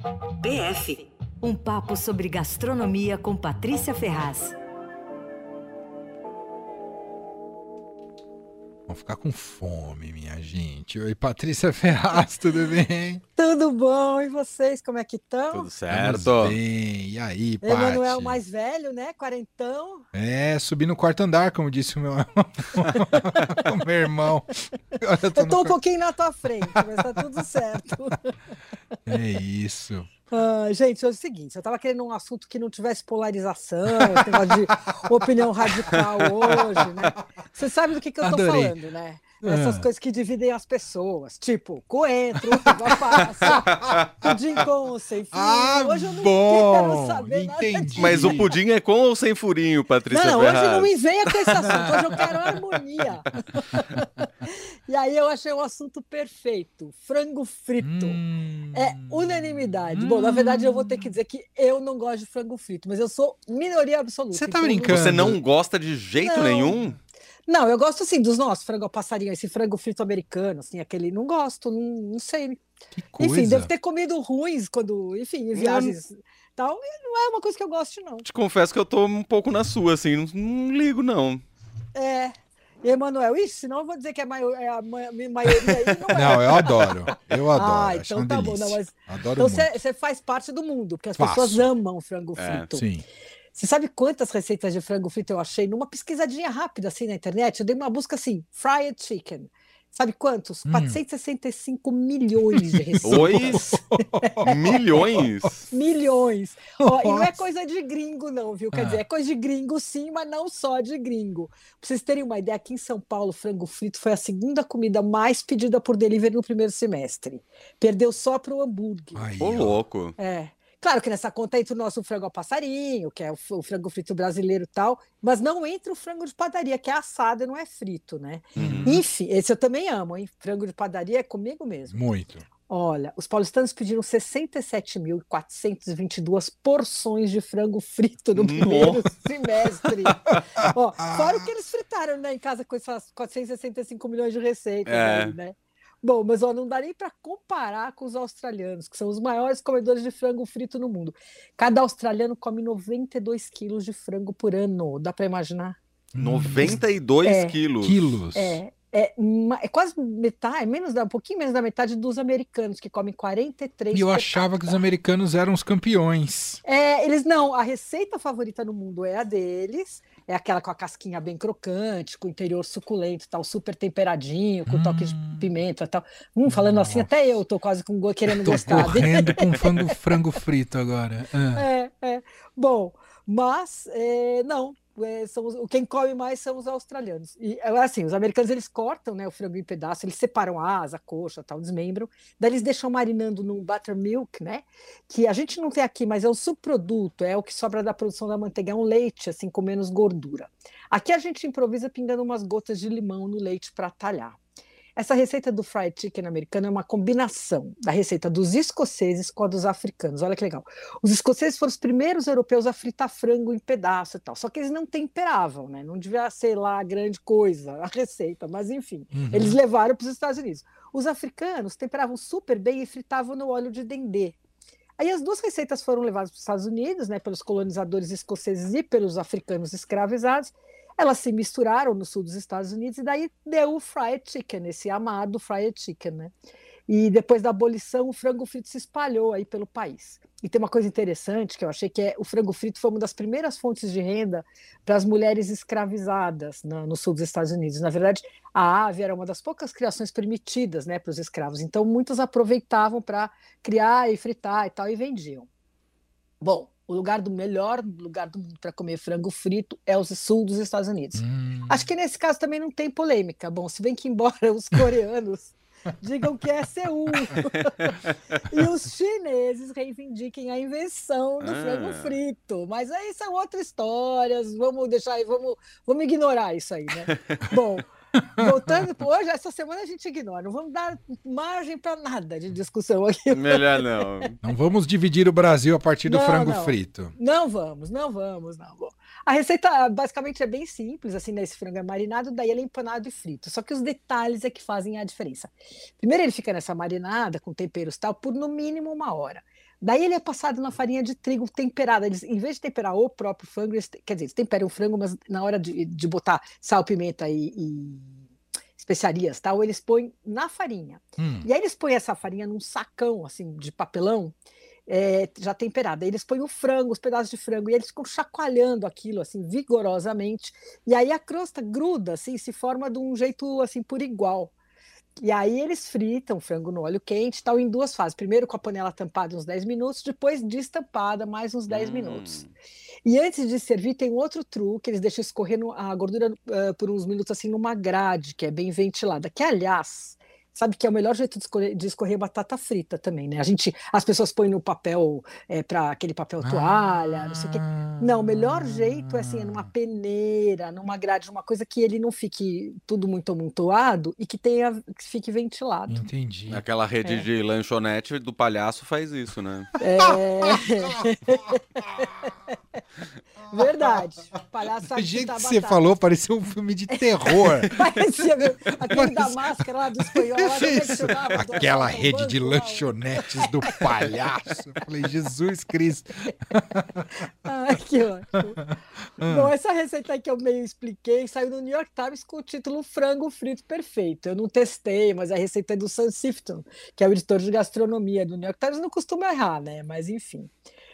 PF, um papo sobre gastronomia com Patrícia Ferraz. Vamos ficar com fome, minha gente. Oi, Patrícia Ferraz, tudo bem? Tudo bom, e vocês, como é que estão? Tudo certo. Estamos bem. E aí, Paty? Emanuel mais velho, né? Quarentão. Subi no quarto andar, como disse o meu, o meu irmão. Eu tô um pouquinho na tua frente, mas tá tudo certo. É isso. Gente, é o seguinte, eu tava querendo um assunto que não tivesse polarização, esse negócio de opinião radical hoje, né? Você sabe do que eu tô falando, né? Essas coisas que dividem as pessoas, tipo coentro, uva passa, pudim com, sem furinho. Hoje eu não quero saber nada disso. Mas o pudim é com ou sem furinho, Patrícia Não, Ferraz? hoje não me venha com esse assunto, hoje eu quero harmonia. E aí eu achei o assunto perfeito, frango frito. É unanimidade. Bom, na verdade eu vou ter que dizer que eu não gosto de frango frito, mas eu sou minoria absoluta. Você tá brincando? Você não gosta de jeito nenhum? Não, eu gosto assim dos nossos frango ao passarinho, esse frango frito americano, assim, aquele, não gosto, não sei. Que coisa. Enfim, devo ter comido ruins quando, enfim, em viagens tal, e não é uma coisa que eu gosto, não. Te confesso que eu tô um pouco na sua, assim, não ligo, não. E Emanuel, senão eu vou dizer que a maioria aí não é. Não, eu adoro. Então tá bom. Não, mas... Adoro então você faz parte do mundo, porque as pessoas amam frango frito. Sim. Você sabe quantas receitas de frango frito eu achei? Numa pesquisadinha rápida assim na internet, eu dei uma busca assim, fried chicken. Sabe quantos? 465 milhões de receitas. Oi? Milhões? Milhões. Ó, e não é coisa de gringo não, viu? Quer dizer, é coisa de gringo sim, mas não só de gringo. Pra vocês terem uma ideia, aqui em São Paulo, frango frito foi a segunda comida mais pedida por delivery no primeiro semestre. Perdeu só pro hambúrguer. Ô, louco. Claro que nessa conta entra o nosso frango ao passarinho, que é o frango frito brasileiro e tal, mas não entra o frango de padaria, que é assado e não é frito, né? Enfim, esse eu também amo, hein? Frango de padaria é comigo mesmo. Muito. Olha, os paulistanos pediram 67.422 porções de frango frito no primeiro semestre. Ó, fora o que eles fritaram, né, em casa com essas 465 milhões de receitas aí, né? Bom, mas não dá nem para comparar com os australianos, que são os maiores comedores de frango frito no mundo. Cada australiano come 92 quilos de frango por ano. Dá para imaginar? 92 quilos? É quase metade, um pouquinho menos da metade dos americanos, que comem 43. E eu achava que os americanos eram os campeões. Eles não. A receita favorita no mundo é a deles. É aquela com a casquinha bem crocante, com o interior suculento, tal, super temperadinho, com toque de pimenta e tal. Falando assim, até eu tô quase querendo gostar. Tô correndo com frango frito agora. Bom, mas não. Quem come mais são os australianos. E assim, os americanos eles cortam, né, o frango em pedaços, eles separam a asa, a coxa, tal, desmembram, daí eles deixam marinando num buttermilk, né, que a gente não tem aqui, mas é o subproduto, é o que sobra da produção da manteiga, é um leite assim com menos gordura. Aqui a gente improvisa pingando umas gotas de limão no leite para talhar. Essa receita do fried chicken americano é uma combinação da receita dos escoceses com a dos africanos. Olha que legal. Os escoceses foram os primeiros europeus a fritar frango em pedaço e tal. Só que eles não temperavam, né? Não devia ser lá grande coisa a receita, mas enfim. Eles levaram para os Estados Unidos. Os africanos temperavam super bem e fritavam no óleo de dendê. Aí as duas receitas foram levadas para os Estados Unidos, né, pelos colonizadores escoceses e pelos africanos escravizados. Elas se misturaram no sul dos Estados Unidos e daí deu o fried chicken, esse amado fried chicken, né? E depois da abolição, o frango frito se espalhou aí pelo país. E tem uma coisa interessante que eu achei que o frango frito foi uma das primeiras fontes de renda para as mulheres escravizadas no sul dos Estados Unidos. Na verdade, a ave era uma das poucas criações permitidas, né, para os escravos. Então, muitos aproveitavam para criar e fritar e tal e vendiam. Bom, o melhor lugar do mundo para comer frango frito é o sul dos Estados Unidos. Acho que nesse caso também não tem polêmica. Bom, se bem que embora os coreanos digam que é Seul e os chineses reivindiquem a invenção do frango frito. Mas aí são outras histórias. Vamos deixar aí, vamos ignorar isso aí, né? Bom, voltando para hoje, essa semana a gente ignora, não vamos dar margem para nada de discussão aqui. Melhor não. Não vamos dividir o Brasil a partir do frango frito. Não vamos. Bom, a receita basicamente é bem simples, assim, né? Esse frango é marinado, daí ele é empanado e frito. Só que os detalhes é que fazem a diferença. Primeiro ele fica nessa marinada com temperos e tal por no mínimo 1 hora. Daí ele é passado na farinha de trigo temperada. Eles, em vez de temperar o próprio frango, quer dizer, eles temperam o frango, mas na hora de botar sal, pimenta e especiarias, tal, eles põem na farinha. E aí eles põem essa farinha num sacão, assim, de papelão, já temperada. Aí eles põem o frango, os pedaços de frango, e eles ficam chacoalhando aquilo, assim, vigorosamente. E aí a crosta gruda, assim, se forma de um jeito, assim, por igual. E aí eles fritam o frango no óleo quente, tal, em 2 fases. Primeiro com a panela tampada uns 10 minutos, depois destampada mais uns 10 minutos. E antes de servir tem um outro truque, eles deixam escorrer a gordura por uns minutos assim numa grade, que é bem ventilada, que aliás, sabe que é o melhor jeito de escorrer batata frita também, né? As pessoas põem no papel, para aquele papel toalha, não sei o quê. Não, o melhor jeito é assim, numa peneira, numa grade, uma coisa que ele não fique tudo muito amontoado e que que fique ventilado. Entendi. Aquela rede de lanchonete do palhaço faz isso, né? Verdade. Palhaço Do sabe jeito fritar que você batata. falou, parecia um filme de terror. Parecia mesmo. Aquele da máscara lá do espanhol. Lá como é que chamava? Aquela rede de banco lá, lanchonetes do palhaço. Eu falei, Jesus Cristo. Ai, que ótimo. Bom, essa receita aí que eu meio expliquei saiu no New York Times com o título Frango Frito Perfeito. Eu não testei, mas a receita é do Sam Sifton, que é o editor de gastronomia do New York Times. Não costuma errar, né? Mas enfim.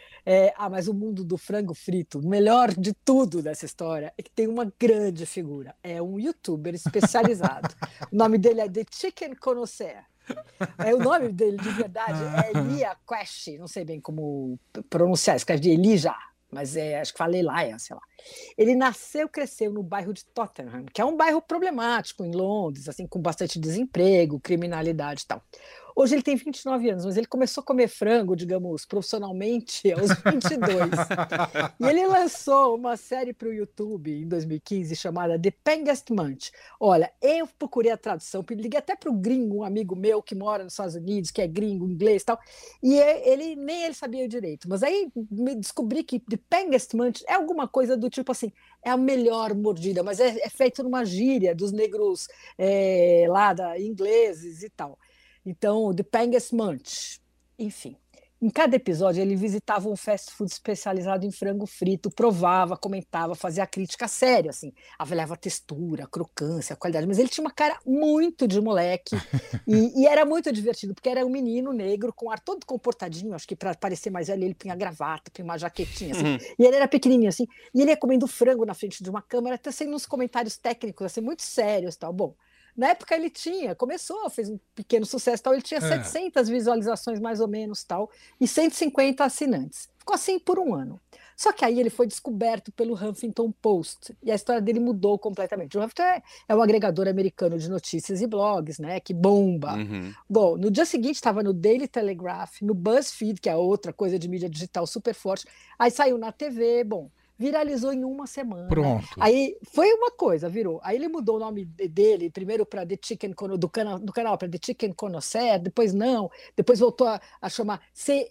Mas o mundo do frango frito, o melhor de tudo dessa história é que tem uma grande figura. É um youtuber especializado. O nome dele é The Chicken Connoisseur. O nome dele, de verdade, é Elia Quest. Não sei bem como pronunciar, escreve de Elijah, mas acho que fala Elijah, sei lá. Ele nasceu e cresceu no bairro de Tottenham, que é um bairro problemático em Londres, assim, com bastante desemprego, criminalidade e tal. Hoje ele tem 29 anos, mas ele começou a comer frango, digamos, profissionalmente aos 22. E ele lançou uma série para o YouTube em 2015 chamada The Pengest Munch. Olha, eu procurei a tradução, liguei até para o gringo, um amigo meu que mora nos Estados Unidos, que é gringo, inglês e tal, e nem ele sabia direito. Mas aí me descobri que The Pengest Munch é alguma coisa do tipo assim, é a melhor mordida, mas é feito numa gíria dos negros lá ingleses e tal. Então, The Pengest Munch. Enfim, em cada episódio ele visitava um fast food especializado em frango frito, provava, comentava, fazia crítica séria, assim, avaliava a textura, a crocância, a qualidade, mas ele tinha uma cara muito de moleque e era muito divertido, porque era um menino negro com ar todo comportadinho, acho que para parecer mais velho ele punha gravata, punha uma jaquetinha, assim, e ele era pequenininho, assim, e ele ia comendo frango na frente de uma câmera, até sendo uns comentários técnicos, assim, muito sérios, tal. Bom, na época ele fez um pequeno sucesso, tal, ele tinha 700 visualizações mais ou menos, tal, e 150 assinantes. Ficou assim por um ano. Só que aí ele foi descoberto pelo Huffington Post, e a história dele mudou completamente. O Huffington é um agregador americano de notícias e blogs, né, que bomba. Bom, no dia seguinte estava no Daily Telegraph, no BuzzFeed, que é outra coisa de mídia digital super forte, aí saiu na TV, bom, viralizou em uma semana. Pronto. Aí foi uma coisa, virou. Aí ele mudou o nome dele, primeiro para The Chicken do canal para The Chicken Connoisseur, depois não, depois voltou a chamar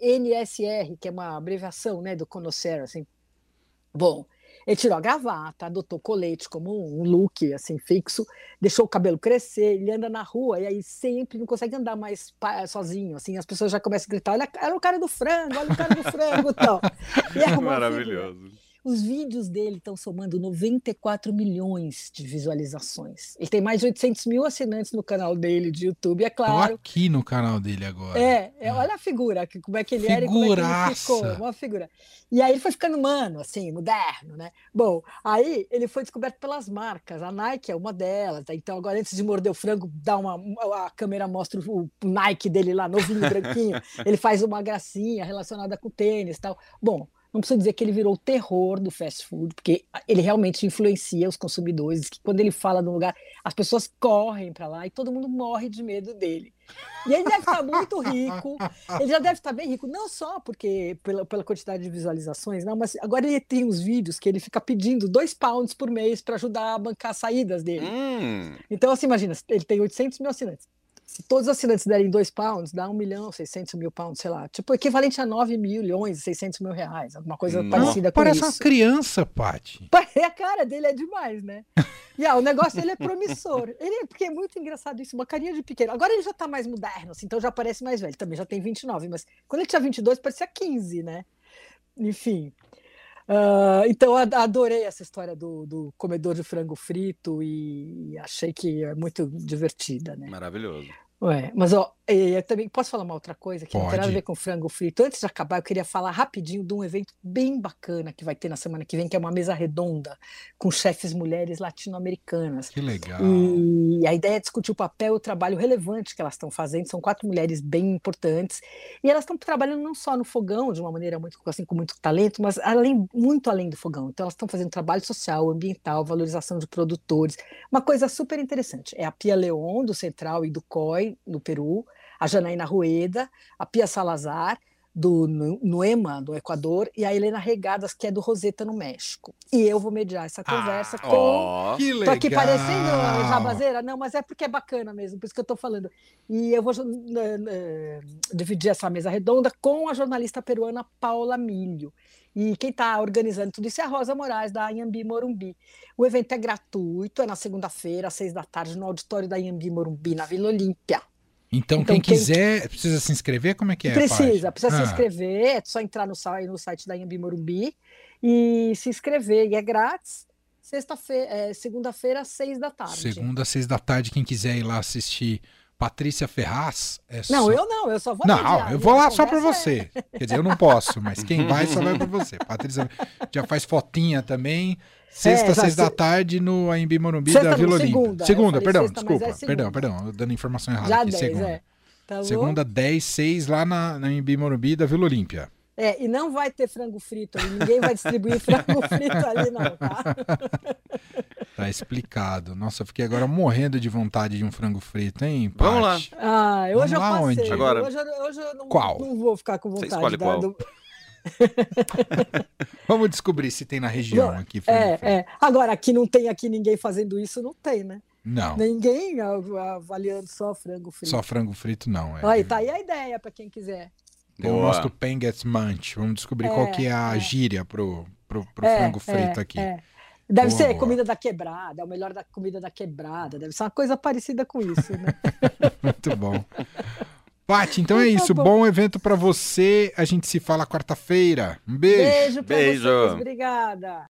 CNSR, que é uma abreviação, né, do Connoisseur, assim. Bom, ele tirou a gravata, adotou colete como um look assim fixo, deixou o cabelo crescer, ele anda na rua e aí sempre não consegue andar mais sozinho, assim, as pessoas já começam a gritar, olha o cara do frango, olha o cara do frango e tal. E é maravilhoso. figura. Os vídeos dele estão somando 94 milhões de visualizações. Ele tem mais de 800 mil assinantes no canal dele de YouTube, é claro. Tô aqui no canal dele agora. Olha a figura, como é que ele era e como é que ele ficou. Uma figura. E aí ele foi ficando humano, assim, moderno, né? Bom, aí ele foi descoberto pelas marcas. A Nike é uma delas. Então agora, antes de morder o frango, a câmera mostra o Nike dele lá, novinho, branquinho. Ele faz uma gracinha relacionada com tênis e tal. Bom, não preciso dizer que ele virou o terror do fast food, porque ele realmente influencia os consumidores, que quando ele fala no lugar, as pessoas correm para lá e todo mundo morre de medo dele. E ele deve estar muito rico, ele já deve estar bem rico, não só porque pela quantidade de visualizações, não, mas agora ele tem uns vídeos que ele fica pedindo 2 pounds por mês para ajudar a bancar as saídas dele. Então, assim, imagina, ele tem 800 mil assinantes. se todos os assinantes derem 2 pounds, dá 1.600.000 pounds, sei lá. Tipo, equivalente a 9.600.000 reais. Alguma coisa parecida com Parece isso. uma criança, Paty. A cara dele é demais, né? E o negócio dele é promissor. Porque é muito engraçado isso, uma carinha de pequeno. Agora ele já tá mais moderno, assim, então já parece mais velho. Também já tem 29, mas quando ele tinha 22, parecia 15, né? Enfim. Então, adorei essa história do comedor de frango frito e achei que é muito divertida, né? Maravilhoso. Mas eu também posso falar uma outra coisa que não tem nada a Pode. ver com frango frito. Antes de acabar, eu queria falar rapidinho de um evento bem bacana que vai ter na semana que vem, que é uma mesa redonda com chefes mulheres latino-americanas. Que legal. E a ideia é discutir o papel e o trabalho relevante que elas estão fazendo. São 4 mulheres bem importantes e elas estão trabalhando não só no fogão, de uma maneira muito assim, com muito talento, mas muito além do fogão. Então elas estão fazendo trabalho social, ambiental, valorização de produtores, uma coisa super interessante. É a Pia Leon, do Central e do COI, no Peru, a Janaína Rueda, a Pia Salazar, do Nuema, do Equador, e a Helena Regadas, que é do Roseta, no México. E eu vou mediar essa conversa com... Que Tô legal. aqui parecendo jabazeira? Não, mas é porque é bacana mesmo, por isso que eu tô falando. E eu vou dividir essa mesa redonda com a jornalista peruana Paula Milho. E quem está organizando tudo isso é a Rosa Moraes, da Anhembi Morumbi. O evento é gratuito, é na segunda-feira, às 6 da tarde, no auditório da Anhembi Morumbi, na Vila Olímpia. Então quem quiser, precisa se inscrever? Como é que é? Precisa se inscrever, é só entrar no site da Anhembi Morumbi e se inscrever, e é grátis. Segunda-feira, às 6 da tarde. Segunda, às 6 da tarde, quem quiser ir lá assistir Patrícia Ferraz. Não, eu só vou Não, eu vou lá só pra você. Quer dizer, eu não posso, mas quem vai só vai pra você. Patrícia já faz fotinha também. Sexta, 6 da tarde, no AMB Morumbi da Vila Olímpia. Segunda, perdão, desculpa. Perdão, dando informação errada já aqui. 10, segunda. Tá Segunda, 10, 6, lá na AMB Morumbi da Vila Olímpia. E não vai ter frango frito ali, ninguém vai distribuir frango frito ali, não, tá? Tá explicado. Nossa, eu fiquei agora morrendo de vontade de um frango frito, hein, Paty? Vamos lá. Hoje Vamos eu lá passei. onde? Agora. Hoje eu não, Qual? não vou ficar com vontade. Você escolhe qual? Vamos descobrir se tem na região aqui. Frango frito. Agora, aqui não tem ninguém fazendo isso, não tem, né? Não. Ninguém avaliando só frango frito. Só frango frito, não. Aí, tá aí a ideia para quem quiser. Tem o nosso Penguets Munch. Vamos descobrir qual que é a gíria pro frango frito aqui. Deve ser comida da quebrada, é o melhor da comida da quebrada. Deve ser uma coisa parecida com isso, né? Muito bom. Paty, então é isso. Bom evento pra você. A gente se fala quarta-feira. Um beijo. Beijo pra vocês. Obrigada.